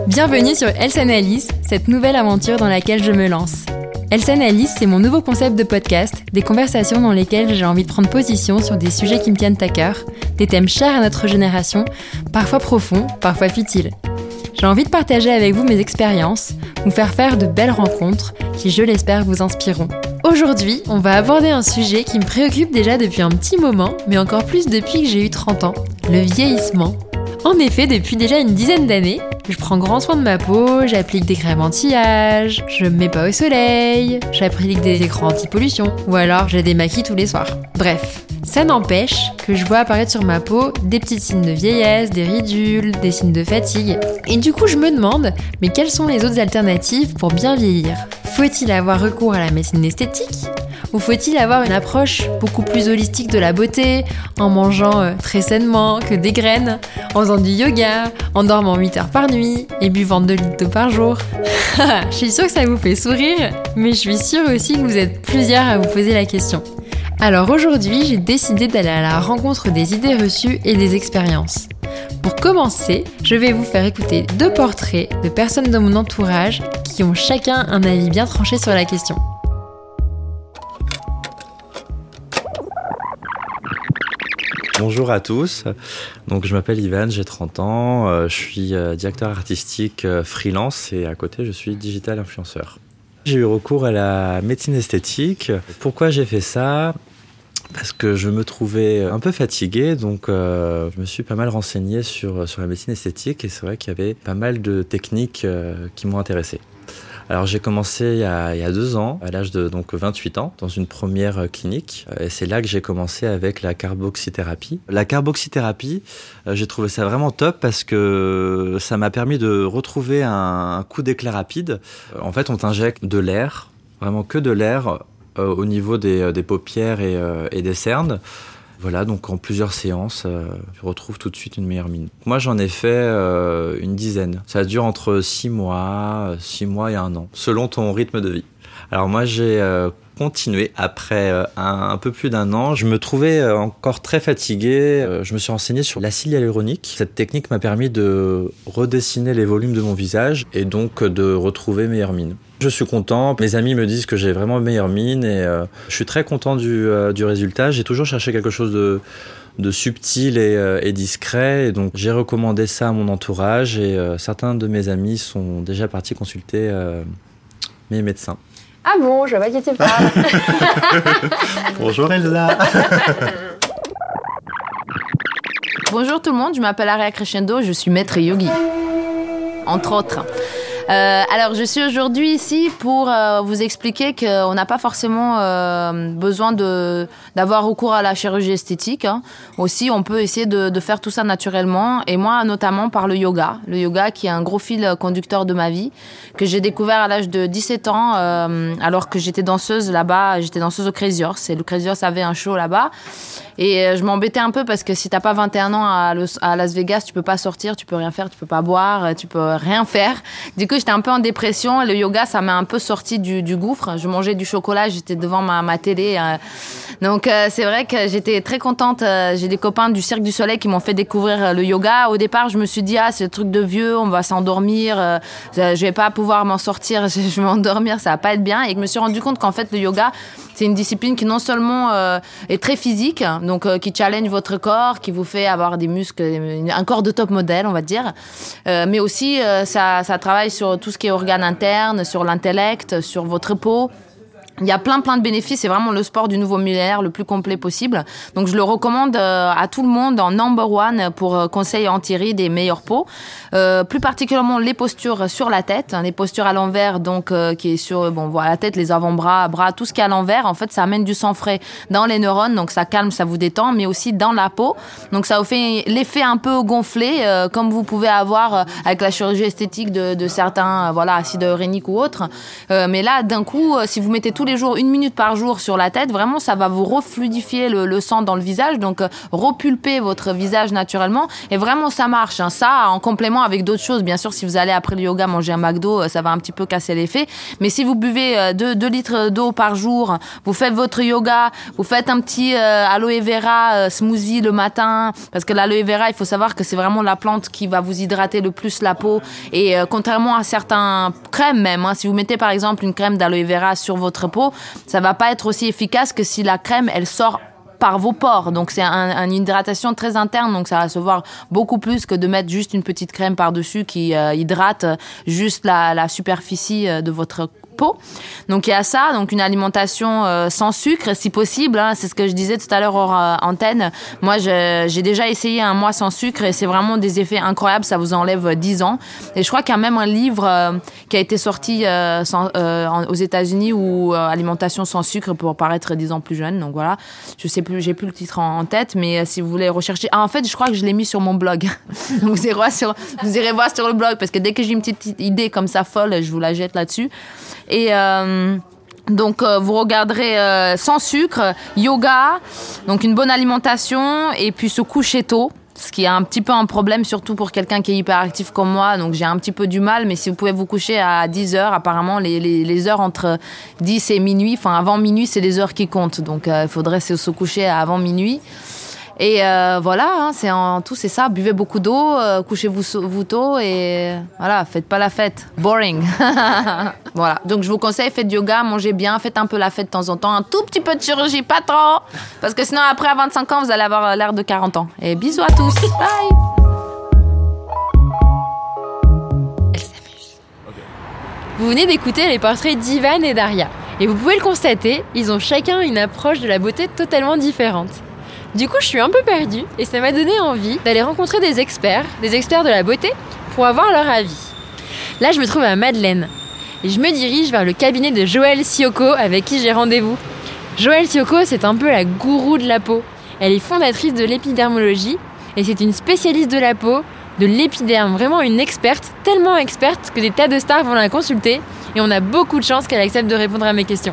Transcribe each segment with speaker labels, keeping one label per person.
Speaker 1: Bienvenue sur Health Analyse, cette nouvelle aventure dans laquelle je me lance. Health Analyse, c'est mon nouveau concept de podcast, des conversations dans lesquelles j'ai envie de prendre position sur des sujets qui me tiennent à cœur, des thèmes chers à notre génération, parfois profonds, parfois futiles. J'ai envie de partager avec vous mes expériences, vous faire de belles rencontres qui, je l'espère, vous inspireront. Aujourd'hui, on va aborder un sujet qui me préoccupe déjà depuis un petit moment, mais encore plus depuis que j'ai eu 30 ans, le vieillissement. En effet, depuis déjà une dizaine d'années, je prends grand soin de ma peau, j'applique des crèmes anti-âge, je me mets pas au soleil, j'applique des écrans anti-pollution, ou alors je démaquille tous les soirs. Bref, ça n'empêche que je vois apparaître sur ma peau des petits signes de vieillesse, des ridules, des signes de fatigue. Et du coup, je me demande, mais quelles sont les autres alternatives pour bien vieillir ? Faut-il avoir recours à la médecine esthétique ? Ou faut-il avoir une approche beaucoup plus holistique de la beauté, en mangeant très sainement, que des graines, en faisant du yoga, en dormant 8 heures par nuit et buvant 2 litres d'eau par jour ? Je suis sûre que ça vous fait sourire, mais je suis sûre aussi que vous êtes plusieurs à vous poser la question. Alors aujourd'hui, j'ai décidé d'aller à la rencontre des idées reçues et des expériences. Pour commencer, je vais vous faire écouter 2 portraits de personnes de mon entourage qui ont chacun un avis bien tranché sur la question.
Speaker 2: Bonjour à tous, donc je m'appelle Ivan, j'ai 30 ans, je suis directeur artistique freelance et à côté je suis digital influenceur. J'ai eu recours à la médecine esthétique. Pourquoi j'ai fait ça ? Parce que je me trouvais un peu fatigué, donc je me suis pas mal renseigné sur la médecine esthétique et c'est vrai qu'il y avait pas mal de techniques qui m'ont intéressé. Alors j'ai commencé il y a 2 ans, à l'âge de 28 ans, dans une première clinique. Et c'est là que j'ai commencé avec la carboxythérapie. La carboxythérapie, j'ai trouvé ça vraiment top parce que ça m'a permis de retrouver un coup d'éclat rapide. En fait, on t'injecte de l'air, vraiment que de l'air, au niveau des paupières et des cernes. Voilà, donc en plusieurs séances, tu retrouves tout de suite une meilleure mine. Moi, j'en ai fait une dizaine. Ça dure entre 6 mois et 1 an, selon ton rythme de vie. Alors moi, j'ai continué après un peu plus d'1 an. Je me trouvais encore très fatigué. Je me suis renseigné sur l'acide hyaluronique. Cette technique m'a permis de redessiner les volumes de mon visage et donc de retrouver meilleure mine. Je suis content, mes amis me disent que j'ai vraiment meilleure mine et je suis très content du résultat. J'ai toujours cherché quelque chose de subtil et discret et donc j'ai recommandé ça à mon entourage et certains de mes amis sont déjà partis consulter mes médecins.
Speaker 1: Ah bon, je vois qui tu parles.
Speaker 2: Bonjour Elsa.
Speaker 3: Bonjour tout le monde, je m'appelle Aria Crescendo, je suis maître yogi, entre autres. Alors, je suis aujourd'hui ici pour vous expliquer qu'on n'a pas forcément besoin d'avoir recours à la chirurgie esthétique. Hein. Aussi, on peut essayer de faire tout ça naturellement. Et moi, notamment par le yoga. Le yoga qui est un gros fil conducteur de ma vie, que j'ai découvert à l'âge de 17 ans, alors que j'étais danseuse là-bas. J'étais danseuse au Crazy Horse. Et le Crazy Horse avait un show là-bas. Et je m'embêtais un peu parce que si t'as pas 21 ans à Las Vegas, tu peux pas sortir, tu peux rien faire, tu peux pas boire, tu peux rien faire. Du coup, j'étais un peu en dépression. Le yoga, ça m'a un peu sorti du gouffre. Je mangeais du chocolat, j'étais devant ma télé. Donc, c'est vrai que j'étais très contente. J'ai des copains du Cirque du Soleil qui m'ont fait découvrir le yoga. Au départ, je me suis dit, c'est le truc de vieux, on va s'endormir. Je vais pas pouvoir m'en sortir, je vais m'endormir, ça va pas être bien. Et je me suis rendu compte qu'en fait, le yoga, c'est une discipline qui non seulement est très physique, donc qui challenge votre corps, qui vous fait avoir des muscles, un corps de top modèle, on va dire, mais aussi ça travaille sur tout ce qui est organes internes, sur l'intellect, sur votre peau. Il y a plein de bénéfices, c'est vraiment le sport du nouveau millénaire le plus complet possible. Donc je le recommande à tout le monde en number 1 pour conseils anti-rides et meilleure peau. Plus particulièrement les postures sur la tête, les postures à l'envers, donc qui est sur la tête, les avant-bras, bras, tout ce qui est à l'envers. En fait, ça amène du sang frais dans les neurones, donc ça calme, ça vous détend, mais aussi dans la peau. Donc ça vous fait l'effet un peu gonflé, comme vous pouvez avoir avec la chirurgie esthétique de certains acides hyaluroniques ou autres. Mais là, d'un coup, si vous mettez tout les jours, 1 minute par jour sur la tête, vraiment, ça va vous refluidifier le sang dans le visage, donc repulper votre visage naturellement. Et vraiment, ça marche. Hein. Ça, en complément avec d'autres choses. Bien sûr, si vous allez après le yoga manger un McDo, ça va un petit peu casser l'effet. Mais si vous buvez 2 litres d'eau par jour, vous faites votre yoga, vous faites un petit aloe vera smoothie le matin, parce que l'aloe vera, il faut savoir que c'est vraiment la plante qui va vous hydrater le plus la peau. Et contrairement à certains crèmes même, hein, si vous mettez par exemple une crème d'aloe vera sur votre peau, ça va pas être aussi efficace que si la crème, elle sort par vos pores. Donc c'est une hydratation très interne, donc ça va se voir beaucoup plus que de mettre juste une petite crème par-dessus qui hydrate juste la superficie de votre peau. Donc il y a ça, donc une alimentation sans sucre si possible, hein, c'est ce que je disais tout à l'heure hors antenne. Moi j'ai déjà essayé un mois sans sucre et c'est vraiment des effets incroyables, ça vous enlève 10 ans. Et je crois qu'il y a même un livre qui a été sorti aux États-Unis où alimentation sans sucre pour paraître 10 ans plus jeune. Donc voilà, je sais plus, j'ai plus le titre en tête, mais si vous voulez rechercher, en fait je crois que je l'ai mis sur mon blog. Donc vous irez voir sur le blog, parce que dès que j'ai une petite idée comme ça folle, je vous la jette là-dessus. Et donc vous regarderez sans sucre, yoga, donc une bonne alimentation et puis se coucher tôt, ce qui est un petit peu un problème surtout pour quelqu'un qui est hyperactif comme moi, donc j'ai un petit peu du mal, mais si vous pouvez vous coucher à 10 heures, apparemment les heures entre 10 et minuit, enfin avant minuit c'est les heures qui comptent, donc il faudrait se coucher avant minuit. Et voilà, hein, c'est en tout, c'est ça. Buvez beaucoup d'eau, couchez-vous tôt et voilà, faites pas la fête. Boring. Voilà. Donc je vous conseille, faites du yoga, mangez bien, faites un peu la fête de temps en temps, un tout petit peu de chirurgie, pas trop, parce que sinon après à 25 ans vous allez avoir l'air de 40 ans. Et bisous à tous. Bye.
Speaker 1: Elle s'amuse. Vous venez d'écouter les portraits d'Ivan et Daria. Et vous pouvez le constater, ils ont chacun une approche de la beauté totalement différente. Du coup, je suis un peu perdue et ça m'a donné envie d'aller rencontrer des experts de la beauté, pour avoir leur avis. Là, je me trouve à Madeleine et je me dirige vers le cabinet de Joëlle Sioko avec qui j'ai rendez-vous. Joëlle Sioko, c'est un peu la gourou de la peau. Elle est fondatrice de l'épidermologie et c'est une spécialiste de la peau, de l'épiderme, vraiment une experte, tellement experte que des tas de stars vont la consulter et on a beaucoup de chance qu'elle accepte de répondre à mes questions.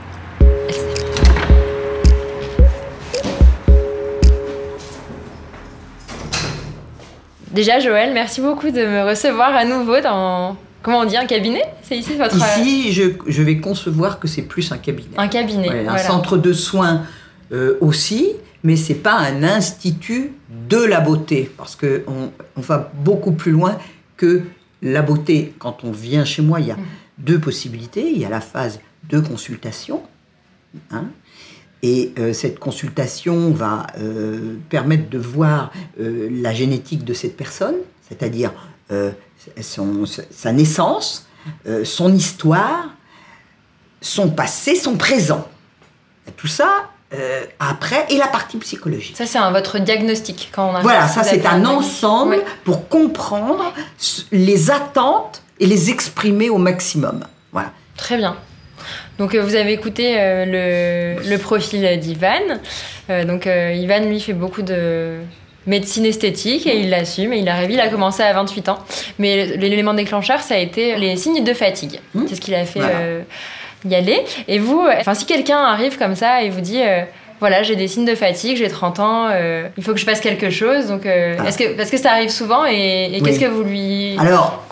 Speaker 1: Déjà, Joëlle, merci beaucoup de me recevoir à nouveau dans, comment on dit, un cabinet ? C'est ici votre...
Speaker 4: Ici, je vais concevoir que c'est plus un cabinet.
Speaker 1: Un cabinet,
Speaker 4: ouais,
Speaker 1: voilà.
Speaker 4: Un centre de soins aussi, mais c'est pas un institut de la beauté, parce qu'on va beaucoup plus loin que la beauté. Quand on vient chez moi, il y a 2 possibilités. Il y a la phase de consultation, hein, et cette consultation va permettre de voir la génétique de cette personne, c'est-à-dire sa naissance, son histoire, son passé, son présent. Tout ça, après, et la partie psychologique.
Speaker 1: Ça, c'est votre diagnostic. Quand on a
Speaker 4: voilà, ça c'est un ensemble pour comprendre les attentes et les exprimer au maximum. Voilà.
Speaker 1: Très bien. Donc vous avez écouté le profil d'Ivan. Ivan, lui, fait beaucoup de médecine esthétique et il l'assume et il a commencé à 28 ans. Mais l'élément déclencheur, ça a été les signes de fatigue. C'est ce qu'il a fait y aller. Et vous, si quelqu'un arrive comme ça et vous dit... voilà, j'ai des signes de fatigue, j'ai 30 ans, il faut que je fasse quelque chose. Donc, parce que ça arrive souvent et qu'est-ce que vous lui conseillez ?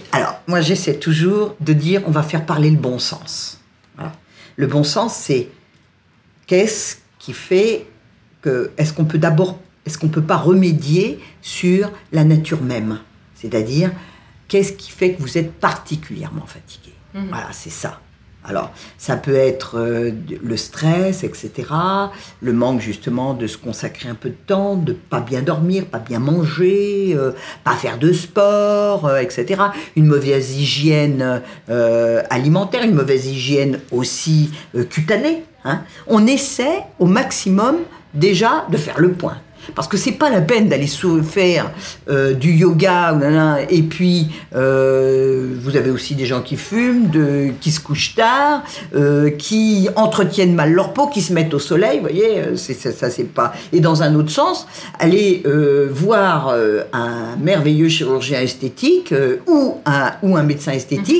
Speaker 4: Alors, moi, j'essaie toujours de dire on va faire parler le bon sens. Voilà. Le bon sens, c'est qu'est-ce qui fait que... Est-ce qu'on peut pas remédier sur la nature même ? C'est-à-dire, qu'est-ce qui fait que vous êtes particulièrement fatigué ? Voilà, c'est ça. Alors, ça peut être le stress, etc., le manque justement de se consacrer un peu de temps, de pas bien dormir, pas bien manger, pas faire de sport, etc. Une mauvaise hygiène alimentaire, une mauvaise hygiène aussi cutanée. Hein. On essaie au maximum déjà de faire le point. Parce que c'est pas la peine d'aller faire du yoga et puis vous avez aussi des gens qui fument, qui se couchent tard, qui entretiennent mal leur peau, qui se mettent au soleil, vous voyez, ça c'est pas. Et dans un autre sens, aller voir un merveilleux chirurgien esthétique ou un médecin esthétique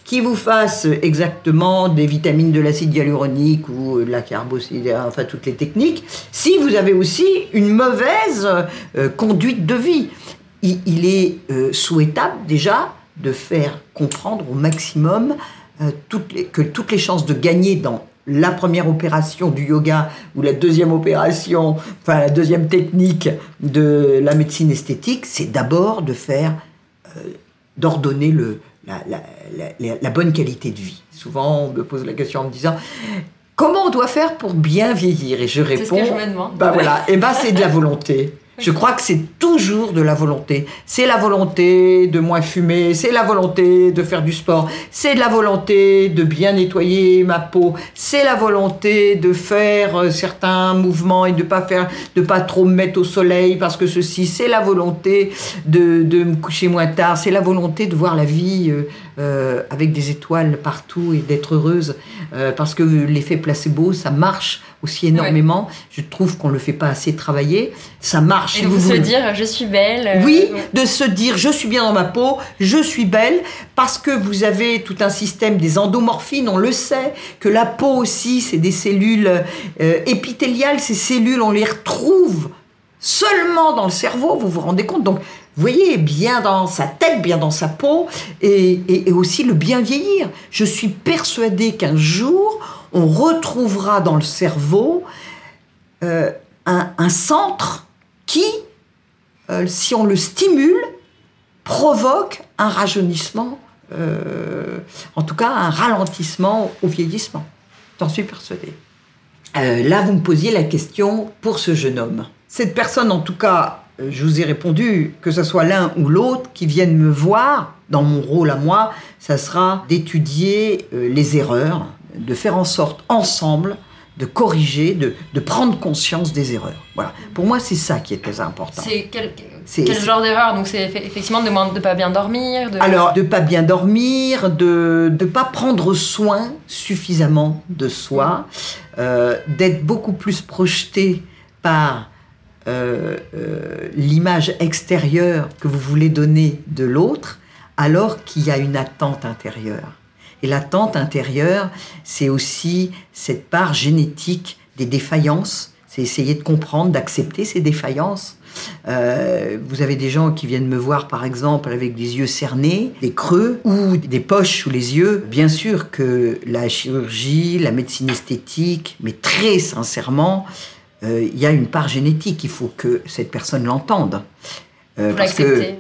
Speaker 4: qui vous fasse exactement des vitamines de l'acide hyaluronique ou de la carboxylate, enfin toutes les techniques, si vous avez aussi une mauvaise conduite de vie. Il est souhaitable déjà de faire comprendre au maximum que toutes les chances de gagner dans la première opération du yoga ou la deuxième opération, enfin la deuxième technique de la médecine esthétique, c'est d'abord d'ordonner la bonne qualité de vie. Souvent, on me pose la question en me disant comment on doit faire pour bien vieillir ? Et je réponds,
Speaker 1: c'est ce que je me demande.
Speaker 4: C'est de la volonté. Je crois que c'est toujours de la volonté. C'est la volonté de moins fumer, c'est la volonté de faire du sport, c'est de la volonté de bien nettoyer ma peau, c'est la volonté de faire certains mouvements et de pas trop me mettre au soleil parce que ceci, c'est la volonté de me coucher moins tard, c'est la volonté de voir la vie avec des étoiles partout et d'être heureuse parce que l'effet placebo, ça marche aussi énormément. Ouais. Je trouve qu'on ne le fait pas assez travailler. Ça marche.
Speaker 1: Et de se dire, je suis belle.
Speaker 4: Oui, de se dire, je suis bien dans ma peau, je suis belle, parce que vous avez tout un système des endomorphines, on le sait, que la peau aussi, c'est des cellules épithéliales. Ces cellules, on les retrouve seulement dans le cerveau, vous vous rendez compte ? Donc, vous voyez, bien dans sa tête, bien dans sa peau, et aussi le bien vieillir. Je suis persuadée qu'un jour, on retrouvera dans le cerveau un centre qui, si on le stimule, provoque un rajeunissement, en tout cas un ralentissement au vieillissement. J'en suis persuadée. Là, vous me posiez la question pour ce jeune homme. Cette personne, en tout cas, je vous ai répondu, que ce soit l'un ou l'autre qui viennent me voir, dans mon rôle à moi, ça sera d'étudier les erreurs, de faire en sorte ensemble de corriger, de prendre conscience des erreurs. Voilà. Pour moi, c'est ça qui est très important.
Speaker 1: C'est quel genre d'erreur ? Donc, c'est effectivement de ne pas bien dormir
Speaker 4: Alors, de ne pas bien dormir, de ne pas prendre soin suffisamment de soi, d'être beaucoup plus projeté par l'image extérieure que vous voulez donner de l'autre, alors qu'il y a une attente intérieure. Et l'attente intérieure, c'est aussi cette part génétique des défaillances. C'est essayer de comprendre, d'accepter ces défaillances. Vous avez des gens qui viennent me voir, par exemple, avec des yeux cernés, des creux ou des poches sous les yeux. Bien sûr que la chirurgie, la médecine esthétique, mais très sincèrement, il y a une part génétique. Il faut que cette personne l'entende.
Speaker 1: Pour l'accepter.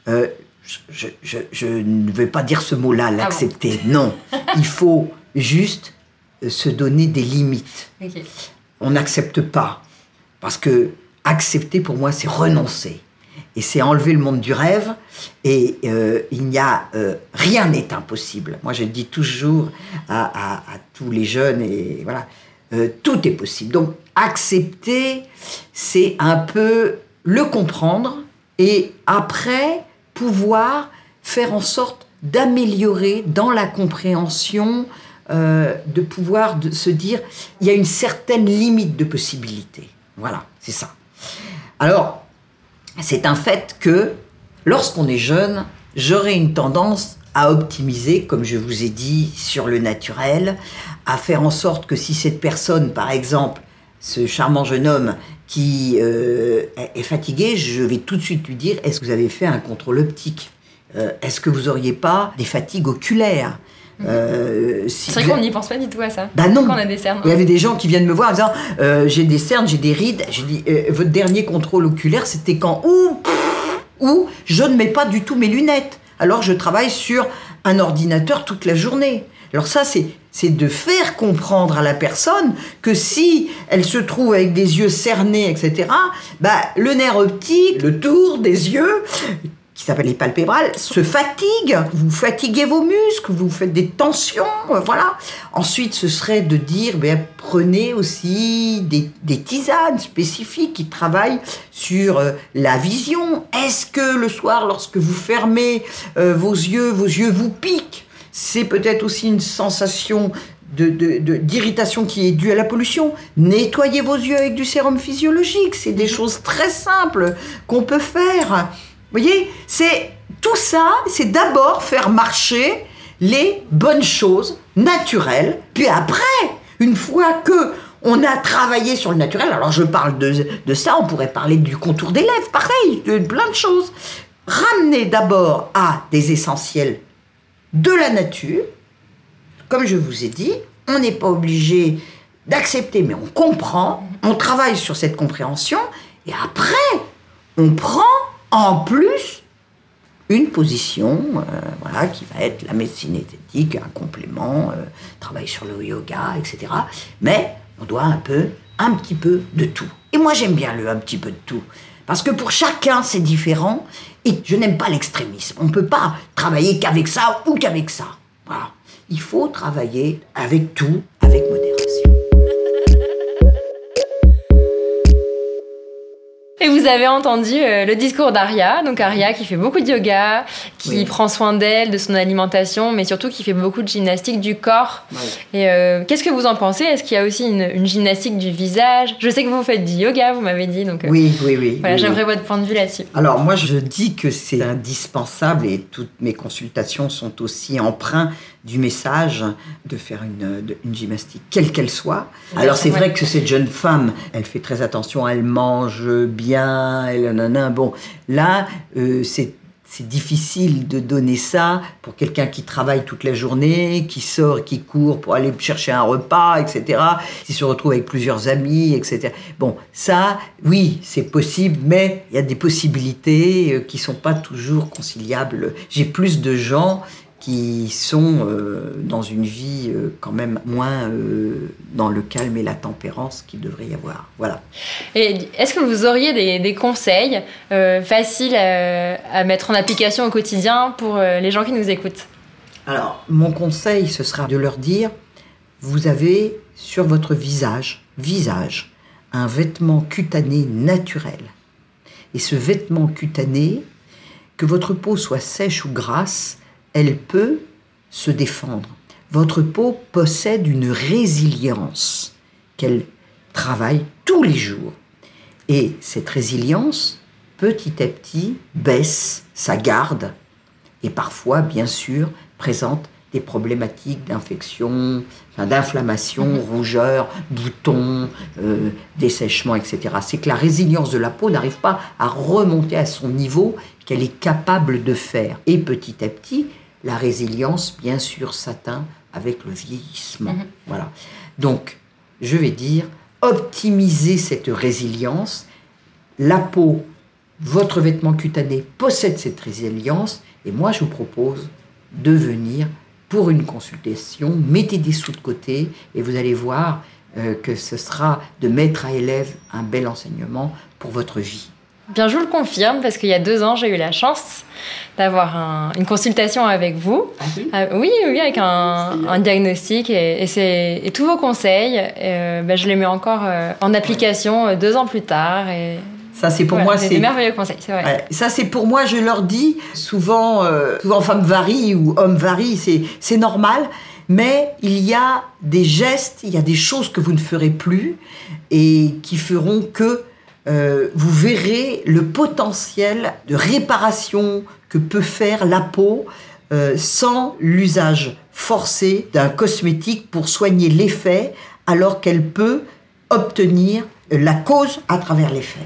Speaker 4: Je ne vais pas dire ce mot-là, l'accepter. Bon. Non, il faut juste se donner des limites. Okay. On n'accepte pas. Parce que accepter, pour moi, c'est renoncer. Et c'est enlever le monde du rêve. Et il n'y a... rien n'est impossible. Moi, je dis toujours à tous les jeunes, et voilà, tout est possible. Donc, accepter, c'est un peu le comprendre. Et après... pouvoir faire en sorte d'améliorer dans la compréhension, de pouvoir se dire, il y a une certaine limite de possibilité. Voilà, c'est ça. Alors, c'est un fait que, lorsqu'on est jeune, j'aurais une tendance à optimiser, comme je vous ai dit, sur le naturel, à faire en sorte que si cette personne, par exemple, ce charmant jeune homme qui est fatigué, je vais tout de suite lui dire, est-ce que vous avez fait un contrôle optique ? Est-ce que vous n'auriez pas des fatigues oculaires ?
Speaker 1: C'est vrai qu'on n'y pense pas du tout à ça.
Speaker 4: Bah non.
Speaker 1: Quand on a des cernes.
Speaker 4: Il y avait des gens qui viennent me voir en disant, j'ai des cernes, j'ai des rides. J'ai dit, votre dernier contrôle oculaire, c'était quand ? Ou je ne mets pas du tout mes lunettes. Alors je travaille sur un ordinateur toute la journée. Alors ça, c'est de faire comprendre à la personne que si elle se trouve avec des yeux cernés, etc., le nerf optique, le tour des yeux, qui s'appelle les palpébrales, se fatigue. Vous fatiguez vos muscles, vous faites des tensions, voilà. Ensuite, ce serait de dire, prenez aussi des tisanes spécifiques qui travaillent sur la vision. Est-ce que le soir, lorsque vous fermez vos yeux vous piquent ? C'est peut-être aussi une sensation d'irritation qui est due à la pollution. Nettoyez vos yeux avec du sérum physiologique. C'est des choses très simples qu'on peut faire. Vous voyez, tout ça, c'est d'abord faire marcher les bonnes choses naturelles. Puis après, une fois que on a travaillé sur le naturel, alors je parle de ça, on pourrait parler du contour des lèvres, pareil, de plein de choses. Ramener d'abord à des essentiels de la nature. Comme je vous ai dit, on n'est pas obligé d'accepter, mais on comprend, on travaille sur cette compréhension, et après, on prend en plus une position qui va être la médecine esthétique, un complément, travail sur le yoga, etc. Mais on doit un petit peu de tout. Et moi, j'aime bien le un petit peu de tout. Parce que pour chacun, c'est différent. Et je n'aime pas l'extrémisme. On ne peut pas travailler qu'avec ça ou qu'avec ça. Voilà. Il faut travailler avec tout, avec modération.
Speaker 1: Et vous avez entendu le discours d'Aria, donc Aria qui fait beaucoup de yoga, qui prend soin d'elle, de son alimentation, mais surtout qui fait beaucoup de gymnastique du corps. Ouais. Et qu'est-ce que vous en pensez ? Est-ce qu'il y a aussi une gymnastique du visage ? Je sais que vous faites du yoga, vous m'avez dit. Donc,
Speaker 4: oui.
Speaker 1: Voilà, j'aimerais votre point de vue là-dessus.
Speaker 4: Alors moi, je dis que c'est indispensable et toutes mes consultations sont aussi empreintes du message de faire une gymnastique, quelle qu'elle soit. Alors c'est vrai que cette jeune femme, elle fait très attention, elle mange bien, bon, là, c'est difficile de donner ça pour quelqu'un qui travaille toute la journée, qui sort, qui court pour aller chercher un repas, etc., qui se retrouve avec plusieurs amis, etc. Bon, ça, oui, c'est possible, mais il y a des possibilités qui sont pas toujours conciliables. J'ai plus de gens qui sont dans une vie quand même moins dans le calme et la tempérance qu'il devrait y avoir. Voilà.
Speaker 1: Et est-ce que vous auriez des conseils faciles à mettre en application au quotidien pour les gens qui nous écoutent ?
Speaker 4: Alors, mon conseil, ce sera de leur dire, vous avez sur votre visage, un vêtement cutané naturel. Et ce vêtement cutané, que votre peau soit sèche ou grasse, elle peut se défendre. Votre peau possède une résilience qu'elle travaille tous les jours. Et cette résilience, petit à petit, baisse sa garde et parfois, bien sûr, présente des problématiques d'infection, d'inflammation, rougeur, boutons, dessèchement, etc. C'est que la résilience de la peau n'arrive pas à remonter à son niveau qu'elle est capable de faire. Et petit à petit, la résilience, bien sûr, s'atteint avec le vieillissement. Voilà. Donc, je vais dire, optimisez cette résilience. La peau, votre vêtement cutané possède cette résilience. Et moi, je vous propose de venir pour une consultation. Mettez des sous de côté et vous allez voir que ce sera de maître à élève un bel enseignement pour votre vie.
Speaker 1: Bien, je vous le confirme, parce qu'il y a 2 ans, j'ai eu la chance d'avoir une consultation avec vous. Ah oui? Oui, avec un diagnostic et tous vos conseils, je les mets encore en application 2 ans plus tard. Et
Speaker 4: ça, c'est pour moi, c'est
Speaker 1: des merveilleux conseils, c'est vrai.
Speaker 4: Ouais, ça, c'est pour moi, je leur dis, souvent femme varie ou homme varie, c'est normal. Mais il y a des gestes, il y a des choses que vous ne ferez plus et qui feront que vous verrez le potentiel de réparation que peut faire la peau sans l'usage forcé d'un cosmétique pour soigner l'effet, alors qu'elle peut obtenir la cause à travers l'effet.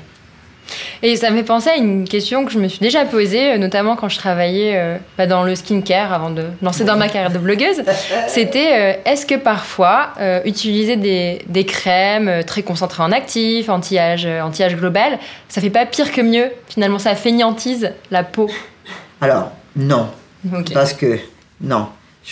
Speaker 1: Et ça me fait penser à une question que je me suis déjà posée, notamment quand je travaillais dans le skincare avant de lancer dans ma carrière de blogueuse. C'était, est-ce que parfois, utiliser des crèmes très concentrées en actifs, anti-âge global, ça fait pas pire que mieux? Finalement, ça fainéantise la peau?
Speaker 4: Alors, non.
Speaker 1: Okay.
Speaker 4: Parce que, non.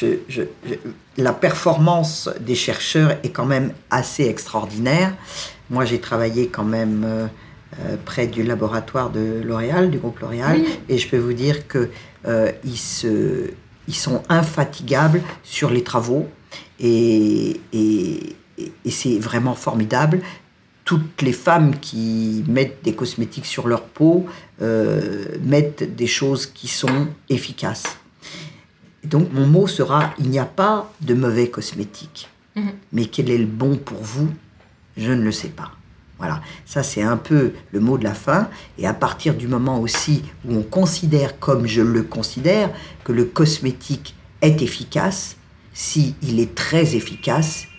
Speaker 4: La performance des chercheurs est quand même assez extraordinaire. Moi, j'ai travaillé quand même près du laboratoire de L'Oréal, du groupe L'Oréal, oui. Et je peux vous dire que ils sont infatigables sur les travaux et c'est vraiment formidable. Toutes les femmes qui mettent des cosmétiques sur leur peau mettent des choses qui sont efficaces. Donc mon mot sera, il n'y a pas de mauvais cosmétiques. Mais quel est le bon pour vous? Je ne le sais pas. Voilà, ça c'est un peu le mot de la fin. Et à partir du moment aussi où on considère, comme je le considère, que le cosmétique est efficace. S'il est très efficace,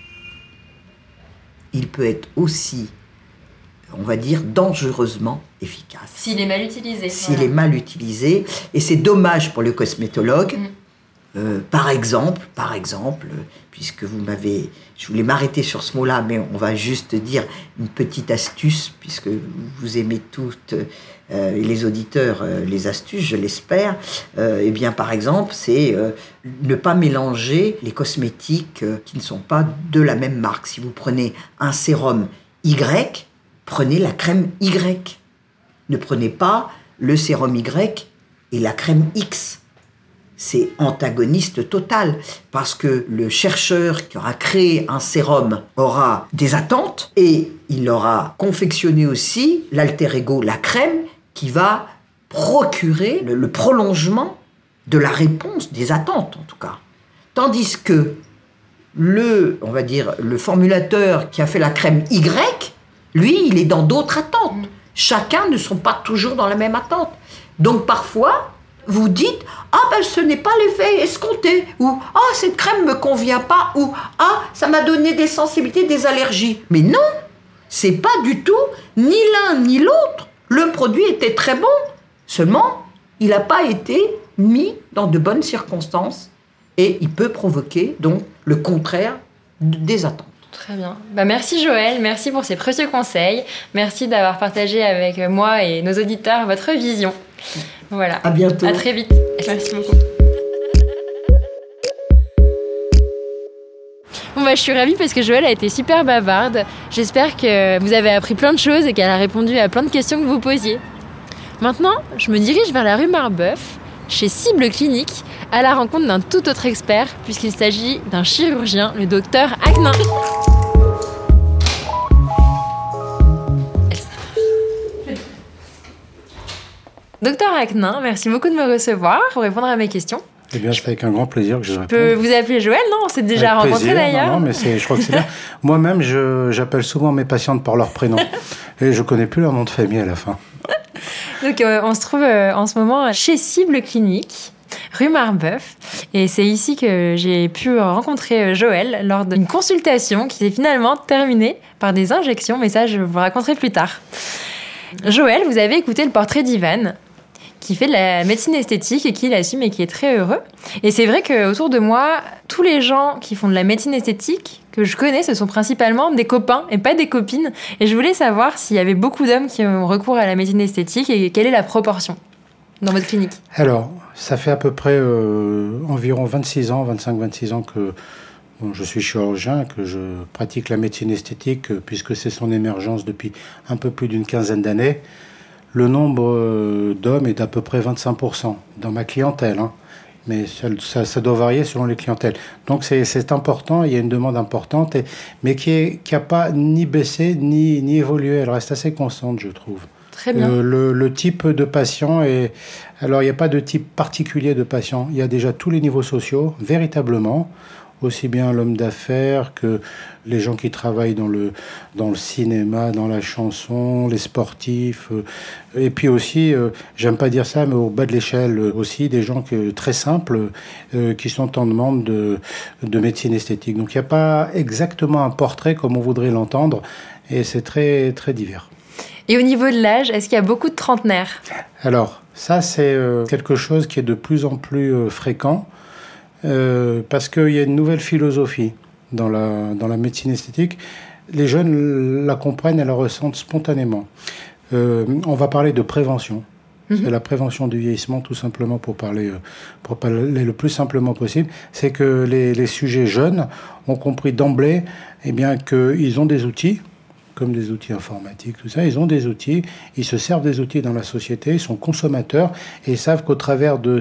Speaker 4: il peut être aussi, on va dire, dangereusement efficace.
Speaker 1: S'il est mal utilisé.
Speaker 4: S'il est mal utilisé. Et c'est dommage pour le cosmétologue. Par exemple, puisque je voulais m'arrêter sur ce mot-là, mais on va juste dire une petite astuce, puisque vous aimez toutes, et les auditeurs, les astuces, je l'espère. Eh bien, par exemple, c'est ne pas mélanger les cosmétiques qui ne sont pas de la même marque. Si vous prenez un sérum Y, prenez la crème Y. Ne prenez pas le sérum Y et la crème X. C'est antagoniste total, parce que le chercheur qui aura créé un sérum aura des attentes et il aura confectionné aussi l'alter ego, la crème, qui va procurer le prolongement de la réponse, des attentes en tout cas. Tandis que le formulateur qui a fait la crème Y, lui, il est dans d'autres attentes. Chacun ne sont pas toujours dans la même attente. Donc parfois, vous dites « Ah ben ce n'est pas l'effet escompté » ou « Ah cette crème ne me convient pas » ou « Ah ça m'a donné des sensibilités, des allergies ». Mais non, c'est pas du tout ni l'un ni l'autre. Le produit était très bon, seulement il n'a pas été mis dans de bonnes circonstances et il peut provoquer donc le contraire des attentes.
Speaker 1: Très bien. Merci Joëlle, merci pour ces précieux conseils. Merci d'avoir partagé avec moi et nos auditeurs votre vision. Voilà.
Speaker 4: À bientôt.
Speaker 1: À très vite. Merci beaucoup. Bon je suis ravie parce que Joëlle a été super bavarde. J'espère que vous avez appris plein de choses et qu'elle a répondu à plein de questions que vous posiez. Maintenant, je me dirige vers la rue Marbeuf, chez Cible Clinique, à la rencontre d'un tout autre expert, puisqu'il s'agit d'un chirurgien, le docteur Aknin. Docteur Aknin, merci beaucoup de me recevoir pour répondre à mes questions.
Speaker 5: Eh bien, c'est avec un grand plaisir que je réponds.
Speaker 1: Je peux vous appeler Joëlle, non? On s'est déjà rencontrés d'ailleurs.
Speaker 5: Non, mais je crois que c'est bien. Moi-même, j'appelle souvent mes patientes par leur prénom. Et je connais plus leur nom de famille à la fin.
Speaker 1: Donc, on se trouve en ce moment chez Cible Clinique, rue Marbeuf. Et c'est ici que j'ai pu rencontrer Joëlle lors d'une consultation qui s'est finalement terminée par des injections. Mais ça, je vous raconterai plus tard. Joëlle, vous avez écouté le portrait d'Ivan, qui fait de la médecine esthétique et qui l'assume et qui est très heureux. Et c'est vrai qu'autour de moi, tous les gens qui font de la médecine esthétique que je connais, ce sont principalement des copains et pas des copines. Et je voulais savoir s'il y avait beaucoup d'hommes qui ont recours à la médecine esthétique et quelle est la proportion dans votre clinique.
Speaker 5: Alors, ça fait à peu près environ 25-26 ans que je suis chirurgien, que je pratique la médecine esthétique, puisque c'est son émergence depuis un peu plus d'une quinzaine d'années. Le nombre d'hommes est d'à peu près 25% dans ma clientèle, hein. Mais ça doit varier selon les clientèles. Donc c'est important, il y a une demande importante, mais qui n'a pas ni baissé ni évolué. Elle reste assez constante, je trouve.
Speaker 1: Très bien.
Speaker 5: Le type de patient est... Alors, il n'y a pas de type particulier de patient. Il y a déjà tous les niveaux sociaux, véritablement. Aussi bien l'homme d'affaires que les gens qui travaillent dans le cinéma, dans la chanson, les sportifs. Et puis aussi, j'aime pas dire ça, mais au bas de l'échelle aussi, des gens très simples qui sont en demande de médecine esthétique. Donc il n'y a pas exactement un portrait comme on voudrait l'entendre, et c'est très, très divers.
Speaker 1: Et au niveau de l'âge, est-ce qu'il y a beaucoup de trentenaires ?
Speaker 5: Alors, ça c'est quelque chose qui est de plus en plus fréquent. Parce qu'il y a une nouvelle philosophie dans la médecine esthétique. Les jeunes la comprennent et la ressentent spontanément. On va parler de prévention. C'est la prévention du vieillissement, tout simplement, pour parler le plus simplement possible. C'est que les sujets jeunes ont compris d'emblée qu'ils ont des outils, comme des outils informatiques, tout ça. Ils ont des outils, ils se servent des outils dans la société, ils sont consommateurs et ils savent qu'au travers de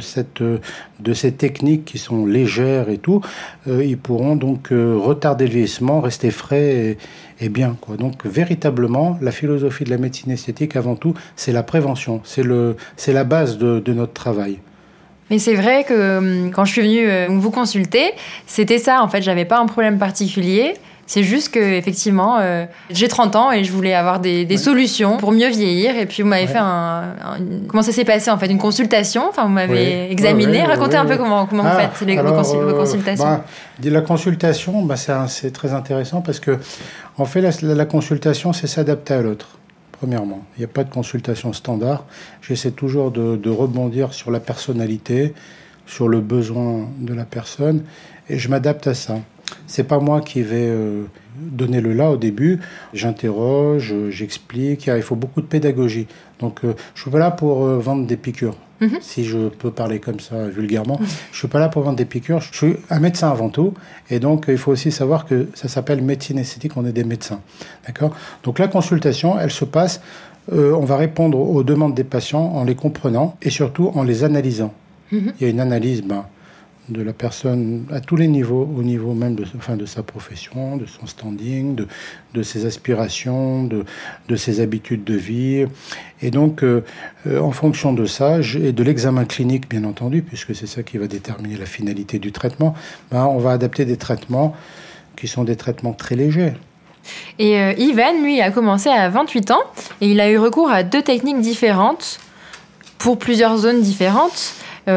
Speaker 5: ces techniques qui sont légères et tout, ils pourront donc retarder le vieillissement, rester frais et bien, quoi. Donc véritablement, la philosophie de la médecine esthétique, avant tout, c'est la prévention, c'est la base de notre travail.
Speaker 1: Mais c'est vrai que quand je suis venue vous consulter, c'était ça. En fait, j'avais pas un problème particulier. C'est juste que effectivement, j'ai 30 ans et je voulais avoir des solutions pour mieux vieillir. Et puis vous m'avez fait comment ça s'est passé en fait, une consultation. Enfin, vous m'avez examiné. Racontez un peu comment vous faites vos consultations.
Speaker 5: La consultation, c'est très intéressant parce que en fait, la consultation, c'est s'adapter à l'autre. Premièrement, il n'y a pas de consultation standard. J'essaie toujours de rebondir sur la personnalité, sur le besoin de la personne, et je m'adapte à ça. C'est pas moi qui vais donner le là au début. J'interroge, j'explique. Il faut beaucoup de pédagogie. Donc, je suis pas là pour vendre des piqûres. Si je peux parler comme ça vulgairement, je suis pas là pour vendre des piqûres. Je suis un médecin avant tout, et donc il faut aussi savoir que ça s'appelle médecine esthétique. On est des médecins, d'accord. Donc la consultation, elle se passe. On va répondre aux demandes des patients en les comprenant et surtout en les analysant. Il y a une analyse de la personne à tous les niveaux, au niveau même de sa profession, de son standing, de ses aspirations, de ses habitudes de vie. Et donc, en fonction de ça, et de l'examen clinique, bien entendu, puisque c'est ça qui va déterminer la finalité du traitement, on va adapter des traitements qui sont des traitements très légers.
Speaker 1: Et Ivan, lui, a commencé à 28 ans et il a eu recours à 2 techniques différentes pour plusieurs zones différentes.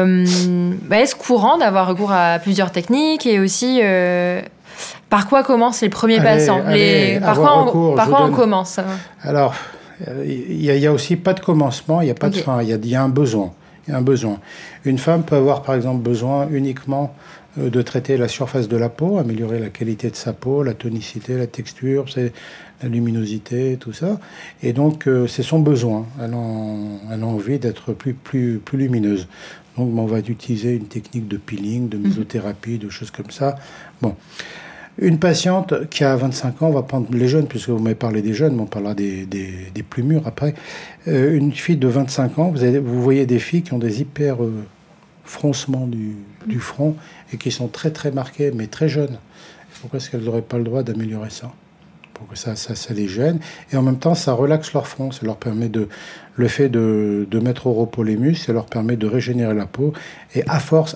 Speaker 1: Est-ce courant d'avoir recours à plusieurs techniques et aussi par quoi commencent les premiers patients par quoi on commence?
Speaker 5: Alors, il y a aussi pas de commencement, il n'y a pas de fin, il y a un besoin. Une femme peut avoir par exemple besoin uniquement de traiter la surface de la peau, améliorer la qualité de sa peau, la tonicité, la texture, la luminosité, tout ça. Et donc, c'est son besoin. Elle a envie d'être plus lumineuse. Donc, on va utiliser une technique de peeling, de mésothérapie, de choses comme ça. Bon. Une patiente qui a 25 ans, on va prendre les jeunes, puisque vous m'avez parlé des jeunes, mais on parlera des plus mûrs après. Une fille de 25 ans, vous voyez des filles qui ont des hyper froncements du front et qui sont très très marquées, mais très jeunes. Pourquoi est-ce qu'elles n'auraient pas le droit d'améliorer ça? Pour que ça les gêne. Et en même temps, ça relaxe leur front. Ça leur permet le fait de mettre au repos les muscles, ça leur permet de régénérer la peau. Et à force,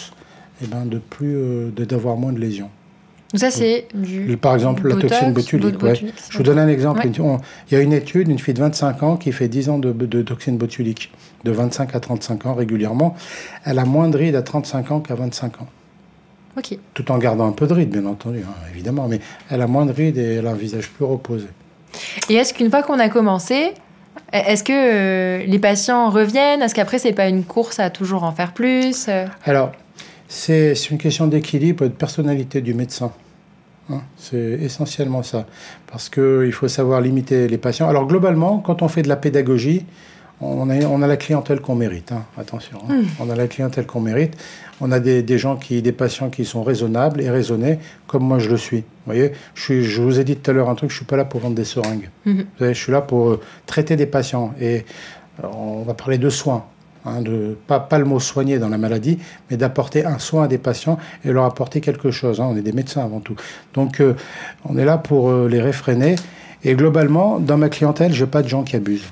Speaker 5: d'avoir moins de lésions.
Speaker 1: Donc ça, c'est
Speaker 5: par exemple, la toxine botulique. Je vous donne un exemple. Ouais. Il y a une étude, une fille de 25 ans qui fait 10 ans de toxine botulique, de 25 à 35 ans régulièrement. Elle a moins de rides à 35 ans qu'à 25 ans.
Speaker 1: Okay.
Speaker 5: Tout en gardant un peu de rides, bien entendu, évidemment. Mais elle a moins de rides et elle a un visage plus reposé.
Speaker 1: Et est-ce qu'une fois qu'on a commencé, est-ce que les patients reviennent? Est-ce qu'après, c'est pas une course à toujours en faire plus?
Speaker 5: Alors, c'est une question d'équilibre et de personnalité du médecin. C'est essentiellement ça. Parce qu'il faut savoir limiter les patients. Alors, globalement, quand on fait de la pédagogie, on a la clientèle qu'on mérite. Attention, on a la clientèle qu'on mérite. On a des patients qui sont raisonnables et raisonnés, comme moi je le suis. Vous voyez, je vous ai dit tout à l'heure un truc, je ne suis pas là pour vendre des seringues. Vous savez, je suis là pour traiter des patients. Et on va parler de soins. Pas le mot soigner dans la maladie, mais d'apporter un soin à des patients et leur apporter quelque chose. On est des médecins avant tout. Donc, on est là pour les réfréner. Et globalement, dans ma clientèle, je n'ai pas de gens qui abusent.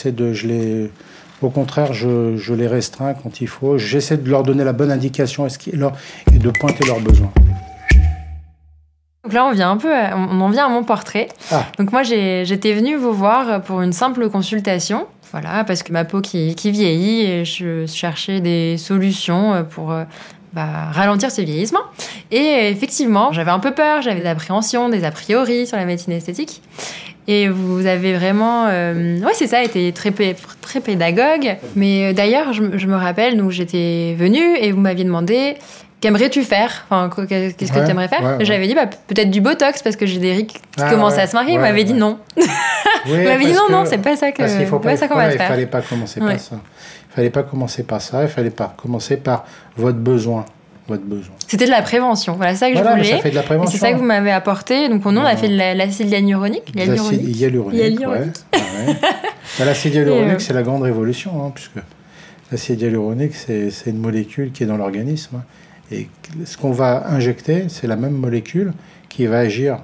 Speaker 5: Au contraire, je les restreins quand il faut. J'essaie de leur donner la bonne indication et de pointer leurs besoins.
Speaker 1: Donc là, on en vient à mon portrait. Donc moi, j'étais venue vous voir pour une simple consultation. Voilà, parce que ma peau qui vieillit et je cherchais des solutions pour ralentir ce vieillissement. Et effectivement, j'avais un peu peur, j'avais des appréhensions, des a priori sur la médecine esthétique. Et vous avez vraiment, c'est ça, été très pédagogue. Mais d'ailleurs, je me rappelle, donc j'étais venue et vous m'aviez demandé qu'aimerais-tu faire, qu'est-ce que tu aimerais faire. J'avais dit peut-être du botox parce que j'ai des rides qui commencent à se marier. Vous m'avez dit non. Vous m'avez dit non, c'est pas ça qu'on va faire.
Speaker 5: Il fallait pas commencer par ça. Il fallait pas commencer par ça. Il fallait pas commencer par votre besoin.
Speaker 1: C'était de la prévention. Voilà, c'est ça que je voulais.
Speaker 5: Ça fait de la prévention.
Speaker 1: Et c'est ça que vous m'avez apporté. Donc, on a fait de l'acide hyaluronique.
Speaker 5: Hyaluronique. L'acide hyaluronique, c'est la grande révolution, puisque l'acide hyaluronique, c'est une molécule qui est dans l'organisme. Et ce qu'on va injecter, c'est la même molécule qui va agir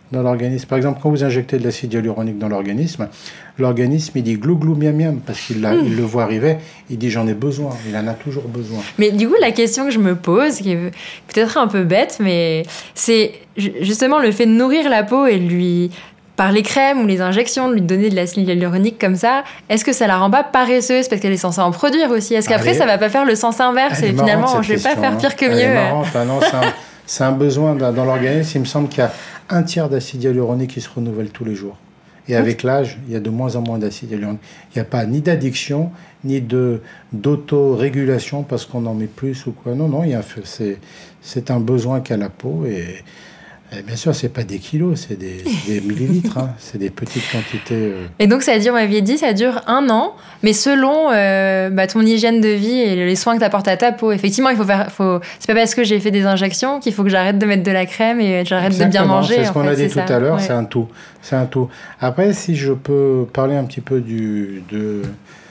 Speaker 5: dans l'organisme. Par exemple, quand vous injectez de l'acide hyaluronique dans l'organisme il dit glou glou miam miam parce qu'il le voit arriver, il dit j'en ai besoin, il en a toujours besoin.
Speaker 1: Mais du coup, la question que je me pose, qui est peut-être un peu bête, mais c'est justement le fait de nourrir la peau et lui, par les crèmes ou les injections, de lui donner de l'acide hyaluronique comme ça, est-ce que ça la rend pas paresseuse parce qu'elle est censée en produire aussi? Est-ce qu'après, ça va pas faire le sens inverse et finalement, je vais pas faire pire que mieux?
Speaker 5: Elle est marrante, non, c'est un besoin dans l'organisme. Il me semble qu'il y a un tiers d'acide hyaluronique qui se renouvelle tous les jours. Et avec l'âge, il y a de moins en moins d'acide hyaluronique. Il n'y a pas ni d'addiction, ni d'autorégulation parce qu'on en met plus ou quoi. Non, c'est un besoin qu'a la peau. Et bien sûr, c'est pas des kilos, c'est des millilitres. C'est des petites quantités.
Speaker 1: Et donc, ça dure, on m'avait dit, ça dure 1 an, mais selon ton hygiène de vie et les soins que tu apportes à ta peau. Effectivement, c'est pas parce que j'ai fait des injections qu'il faut que j'arrête de mettre de la crème et j'arrête de bien manger.
Speaker 5: C'est ce qu'on a dit tout à l'heure, c'est un tout. Après, si je peux parler un petit peu de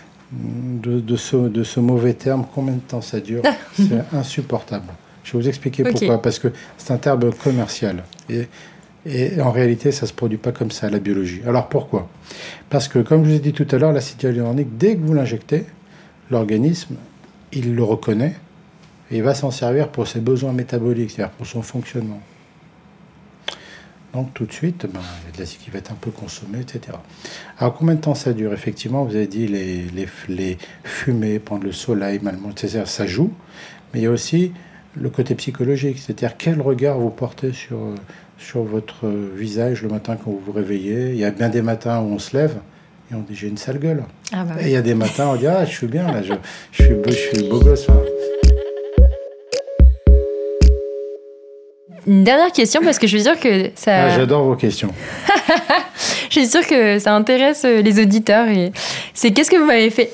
Speaker 5: ce mauvais terme, combien de temps ça dure? C'est insupportable. Je vais vous expliquer pourquoi. Parce que c'est un terme commercial. Et en réalité, ça ne se produit pas comme ça à la biologie. Alors pourquoi? Parce que, comme je vous ai dit tout à l'heure, l'acide hyaluronique, dès que vous l'injectez, l'organisme, il le reconnaît et il va s'en servir pour ses besoins métaboliques, c'est-à-dire pour son fonctionnement. Donc tout de suite, il y a de l'acide qui va être un peu consommé, etc. Alors combien de temps ça dure? Effectivement, vous avez dit les fumées, prendre le soleil, etc. Ça joue, mais il y a aussi le côté psychologique, c'est-à-dire quel regard vous portez sur votre visage le matin quand vous vous réveillez. Il y a bien des matins où on se lève et on dit j'ai une sale gueule. Et il y a des matins où on dit je suis bien, là, je suis beau gosse.
Speaker 1: Une dernière question, parce que je suis sûre que ça...
Speaker 5: j'adore vos questions.
Speaker 1: Je suis sûre que ça intéresse les auditeurs. C'est qu'est-ce que vous m'avez fait?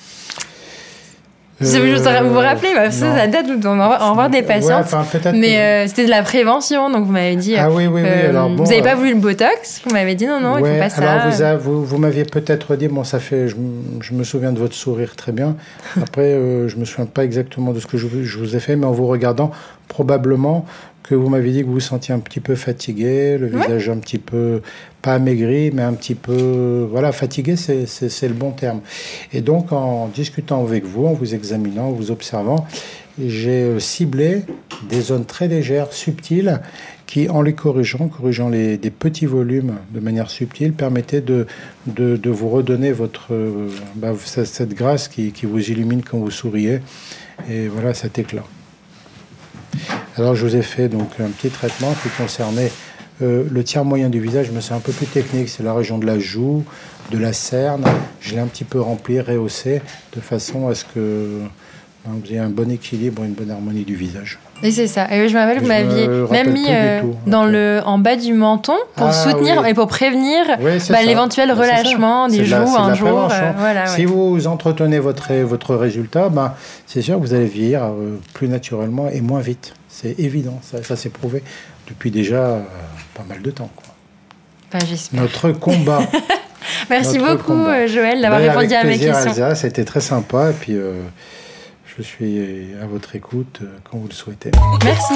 Speaker 1: Vous vous rappelez, ça date où on va en voir des patientes, mais c'était de la prévention, donc vous m'avez dit
Speaker 5: oui. Alors,
Speaker 1: vous n'avez pas voulu le Botox, vous m'avez dit non, il ne faut pas ça.
Speaker 5: Alors vous m'aviez peut-être dit, ça fait, je me souviens de votre sourire très bien, après je ne me souviens pas exactement de ce que je vous ai fait, mais en vous regardant, probablement que vous m'avez dit que vous vous sentiez un petit peu fatigué, le visage un petit peu, pas amaigri, mais un petit peu, fatigué, c'est le bon terme. Et donc, en discutant avec vous, en vous examinant, en vous observant, j'ai ciblé des zones très légères, subtiles, qui, en les corrigeant des petits volumes de manière subtile, permettaient de vous redonner cette grâce qui vous illumine quand vous souriez, et voilà cet éclat. Alors je vous ai fait donc un petit traitement qui concernait le tiers moyen du visage, mais c'est un peu plus technique, c'est la région de la joue, de la cerne. Je l'ai un petit peu rempli, rehaussé, de façon à ce que vous ayez un bon équilibre, une bonne harmonie du visage.
Speaker 1: Et c'est ça. Et je me rappelle que vous m'aviez même mis en bas du menton pour soutenir et pour prévenir l'éventuel relâchement des joues un jour.
Speaker 5: Si vous entretenez votre résultat, c'est sûr que vous allez vieillir plus naturellement et moins vite. C'est évident, ça c'est prouvé depuis déjà pas mal de temps.
Speaker 1: J'espère.
Speaker 5: Notre combat.
Speaker 1: Merci beaucoup Joël d'avoir répondu à mes questions.
Speaker 5: Elsa, c'était très sympa et puis je suis à votre écoute quand vous le souhaitez.
Speaker 1: Merci.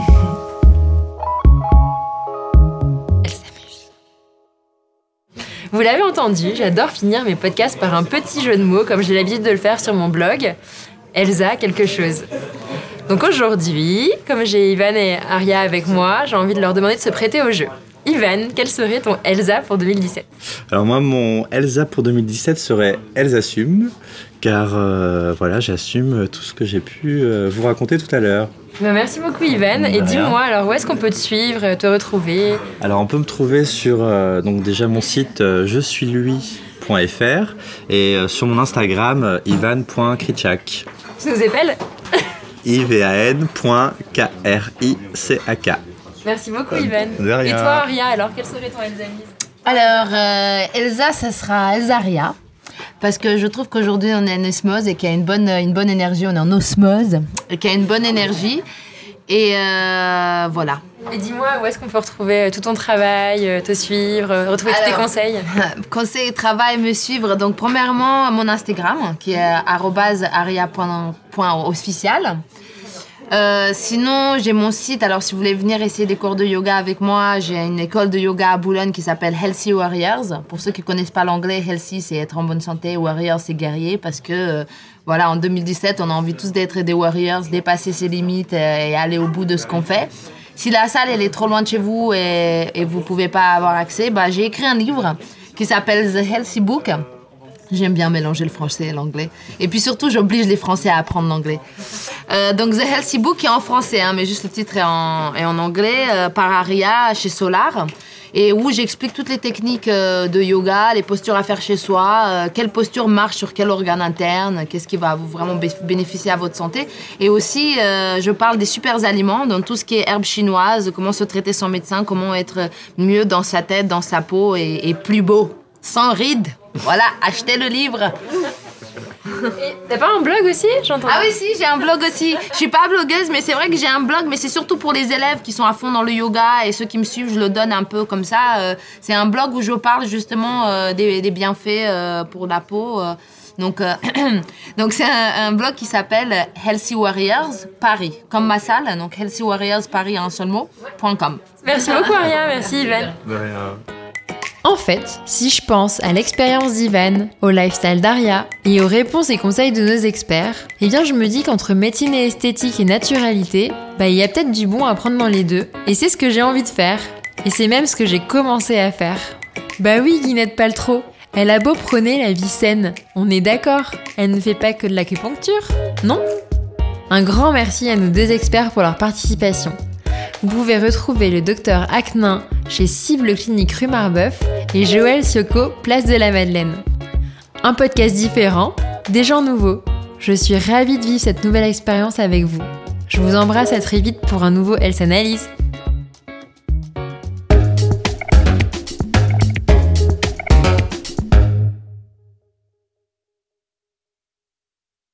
Speaker 1: Elle s'amuse. Vous l'avez entendu, j'adore finir mes podcasts par un petit jeu de mots comme j'ai l'habitude de le faire sur mon blog. Elsa quelque chose. Donc aujourd'hui, comme j'ai Ivan et Aria avec moi, j'ai envie de leur demander de se prêter au jeu. Ivan, quel serait ton Elsa pour 2017 ?
Speaker 2: Alors moi, mon Elsa pour 2017 serait Elles assument, car j'assume tout ce que j'ai pu vous raconter tout à l'heure.
Speaker 1: Merci beaucoup Ivan. Et dis-moi, alors où est-ce qu'on peut te suivre, te retrouver ?
Speaker 2: Alors on peut me trouver sur donc déjà mon site je suis lui.fr et sur mon Instagram ivan.krichak.
Speaker 1: Tu nous appelles
Speaker 2: ivan.krichak.
Speaker 1: Merci beaucoup Ivan.
Speaker 2: De rien.
Speaker 1: Et toi Aria, alors quelle serait ton Elsa Mise ?
Speaker 3: Alors Elsa, ça sera Elsaria. Parce que je trouve qu'aujourd'hui on est en osmose et qu'il y a une bonne énergie, on est en osmose et qu'il y a une bonne énergie. Et voilà.
Speaker 1: Et dis-moi, où est-ce qu'on peut retrouver tout ton travail, te suivre, retrouver tous tes conseils ?
Speaker 3: Conseils, travail, me suivre. Donc, premièrement, mon Instagram, qui est @aria.official. Sinon, j'ai mon site. Alors, si vous voulez venir essayer des cours de yoga avec moi, j'ai une école de yoga à Boulogne qui s'appelle Healthy Warriors. Pour ceux qui connaissent pas l'anglais, healthy, c'est être en bonne santé. Warrior, c'est guerrier. Parce que, voilà, en 2017, on a envie tous d'être des warriors, dépasser ses limites et aller au bout de ce qu'on fait. Si la salle, elle est trop loin de chez vous et vous pouvez pas avoir accès, j'ai écrit un livre qui s'appelle The Healthy Book. J'aime bien mélanger le français et l'anglais. Et puis surtout, j'oblige les Français à apprendre l'anglais. Donc, The Healthy Book est en français, mais juste le titre est en anglais, par Aria, chez Solar. Et où j'explique toutes les techniques de yoga, les postures à faire chez soi, quelle posture marche sur quel organe interne, qu'est-ce qui va vraiment bénéficier à votre santé. Et aussi, je parle des super aliments, donc tout ce qui est herbes chinoises, comment se traiter sans médecin, comment être mieux dans sa tête, dans sa peau et plus beau, sans rides. Voilà, achetez le livre.
Speaker 1: Et t'as pas un blog aussi? J'entends.
Speaker 3: Ah oui, si, j'ai un blog aussi. Je suis pas blogueuse, mais c'est vrai que j'ai un blog, mais c'est surtout pour les élèves qui sont à fond dans le yoga et ceux qui me suivent, je le donne un peu comme ça. C'est un blog où je parle justement des bienfaits pour la peau. Donc c'est un blog qui s'appelle Healthy Warriors Paris, comme ma salle, donc Healthy Warriors Paris en un seul mot.com.
Speaker 1: Merci beaucoup, Aria. Merci, Ivan.
Speaker 2: De rien.
Speaker 1: En fait, si je pense à l'expérience d'Ivan, au lifestyle d'Aria et aux réponses et conseils de nos experts, eh bien je me dis qu'entre médecine et esthétique et naturalité, il y a peut-être du bon à prendre dans les deux. Et c'est ce que j'ai envie de faire. Et c'est même ce que j'ai commencé à faire. Oui, Gwyneth Paltrow, elle a beau prôner la vie saine, on est d'accord, elle ne fait pas que de l'acupuncture, non? Un grand merci à nos deux experts pour leur participation. Vous pouvez retrouver le docteur Acnin chez Cible Clinique rue Marbeuf et Joël Siocco, place de la Madeleine. Un podcast différent, des gens nouveaux. Je suis ravie de vivre cette nouvelle expérience avec vous. Je vous embrasse à très vite pour un nouveau Health Analyse.